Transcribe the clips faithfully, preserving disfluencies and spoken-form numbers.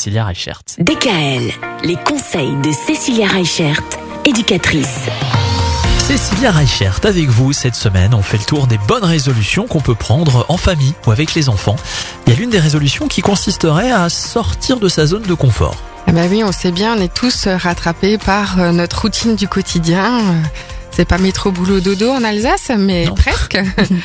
Cécilia Reichert. D K L, les conseils de Cécilia Reichert, éducatrice. Cécilia Reichert, avec vous cette semaine, on fait le tour des bonnes résolutions qu'on peut prendre en famille ou avec les enfants. Il y a l'une des résolutions qui consisterait à sortir de sa zone de confort. Ah bah oui, on sait bien, on est tous rattrapés par notre routine du quotidien. C'est pas métro boulot dodo en Alsace, mais non. Presque.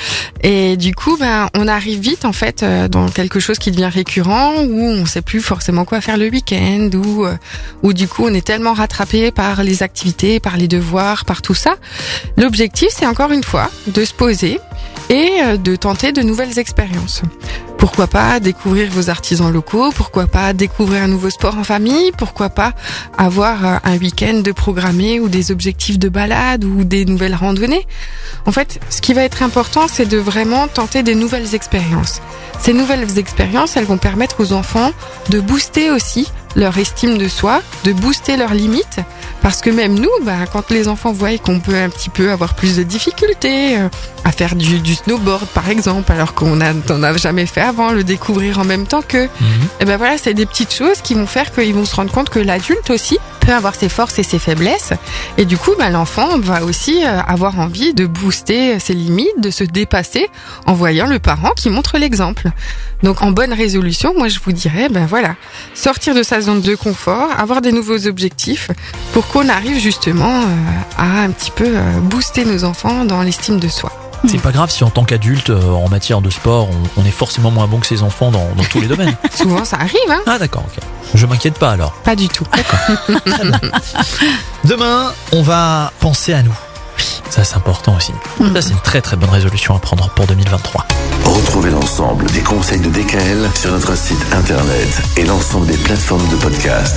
Et du coup, ben, on arrive vite en fait dans quelque chose qui devient récurrent, où on sait plus forcément quoi faire le week-end, où où du coup on est tellement rattrapé par les activités, par les devoirs, par tout ça. L'objectif, c'est encore une fois de se poser et de tenter de nouvelles expériences. Pourquoi pas découvrir vos artisans locaux, pourquoi pas découvrir un nouveau sport en famille, pourquoi pas avoir un week-end de programmé ou des objectifs de balade ou des nouvelles randonnées. En fait, ce qui va être important, c'est de vraiment tenter des nouvelles expériences. Ces nouvelles expériences, elles vont permettre aux enfants de booster aussi leur estime de soi, de booster leurs limites, parce que même nous, bah, quand les enfants voient qu'on peut un petit peu avoir plus de difficultés euh, à faire du, du snowboard par exemple, alors qu'on n'en a jamais fait avant, le découvrir en même temps que, mmh. et ben voilà, c'est des petites choses qui vont faire qu'ils vont se rendre compte que l'adulte aussi peut avoir ses forces et ses faiblesses, et du coup, bah, l'enfant va aussi euh, avoir envie de booster ses limites, de se dépasser en voyant le parent qui montre l'exemple. Donc en bonne résolution, moi je vous dirais, ben voilà, sortir de sa zone de confort, avoir des nouveaux objectifs pour qu'on arrive justement euh, à un petit peu euh, booster nos enfants dans l'estime de soi. C'est pas grave si en tant qu'adulte, euh, en matière de sport, on, on est forcément moins bon que ses enfants dans, dans tous les domaines. Souvent ça arrive, hein. Ah d'accord, ok. Je m'inquiète pas alors. Pas du tout. D'accord. Très bien. Demain, on va penser à nous. Ça c'est important aussi. Mmh. Ça c'est une très très bonne résolution à prendre pour deux mille vingt-trois. Retrouvez l'ensemble des conseils de D K L sur notre site internet et l'ensemble des plateformes de podcast.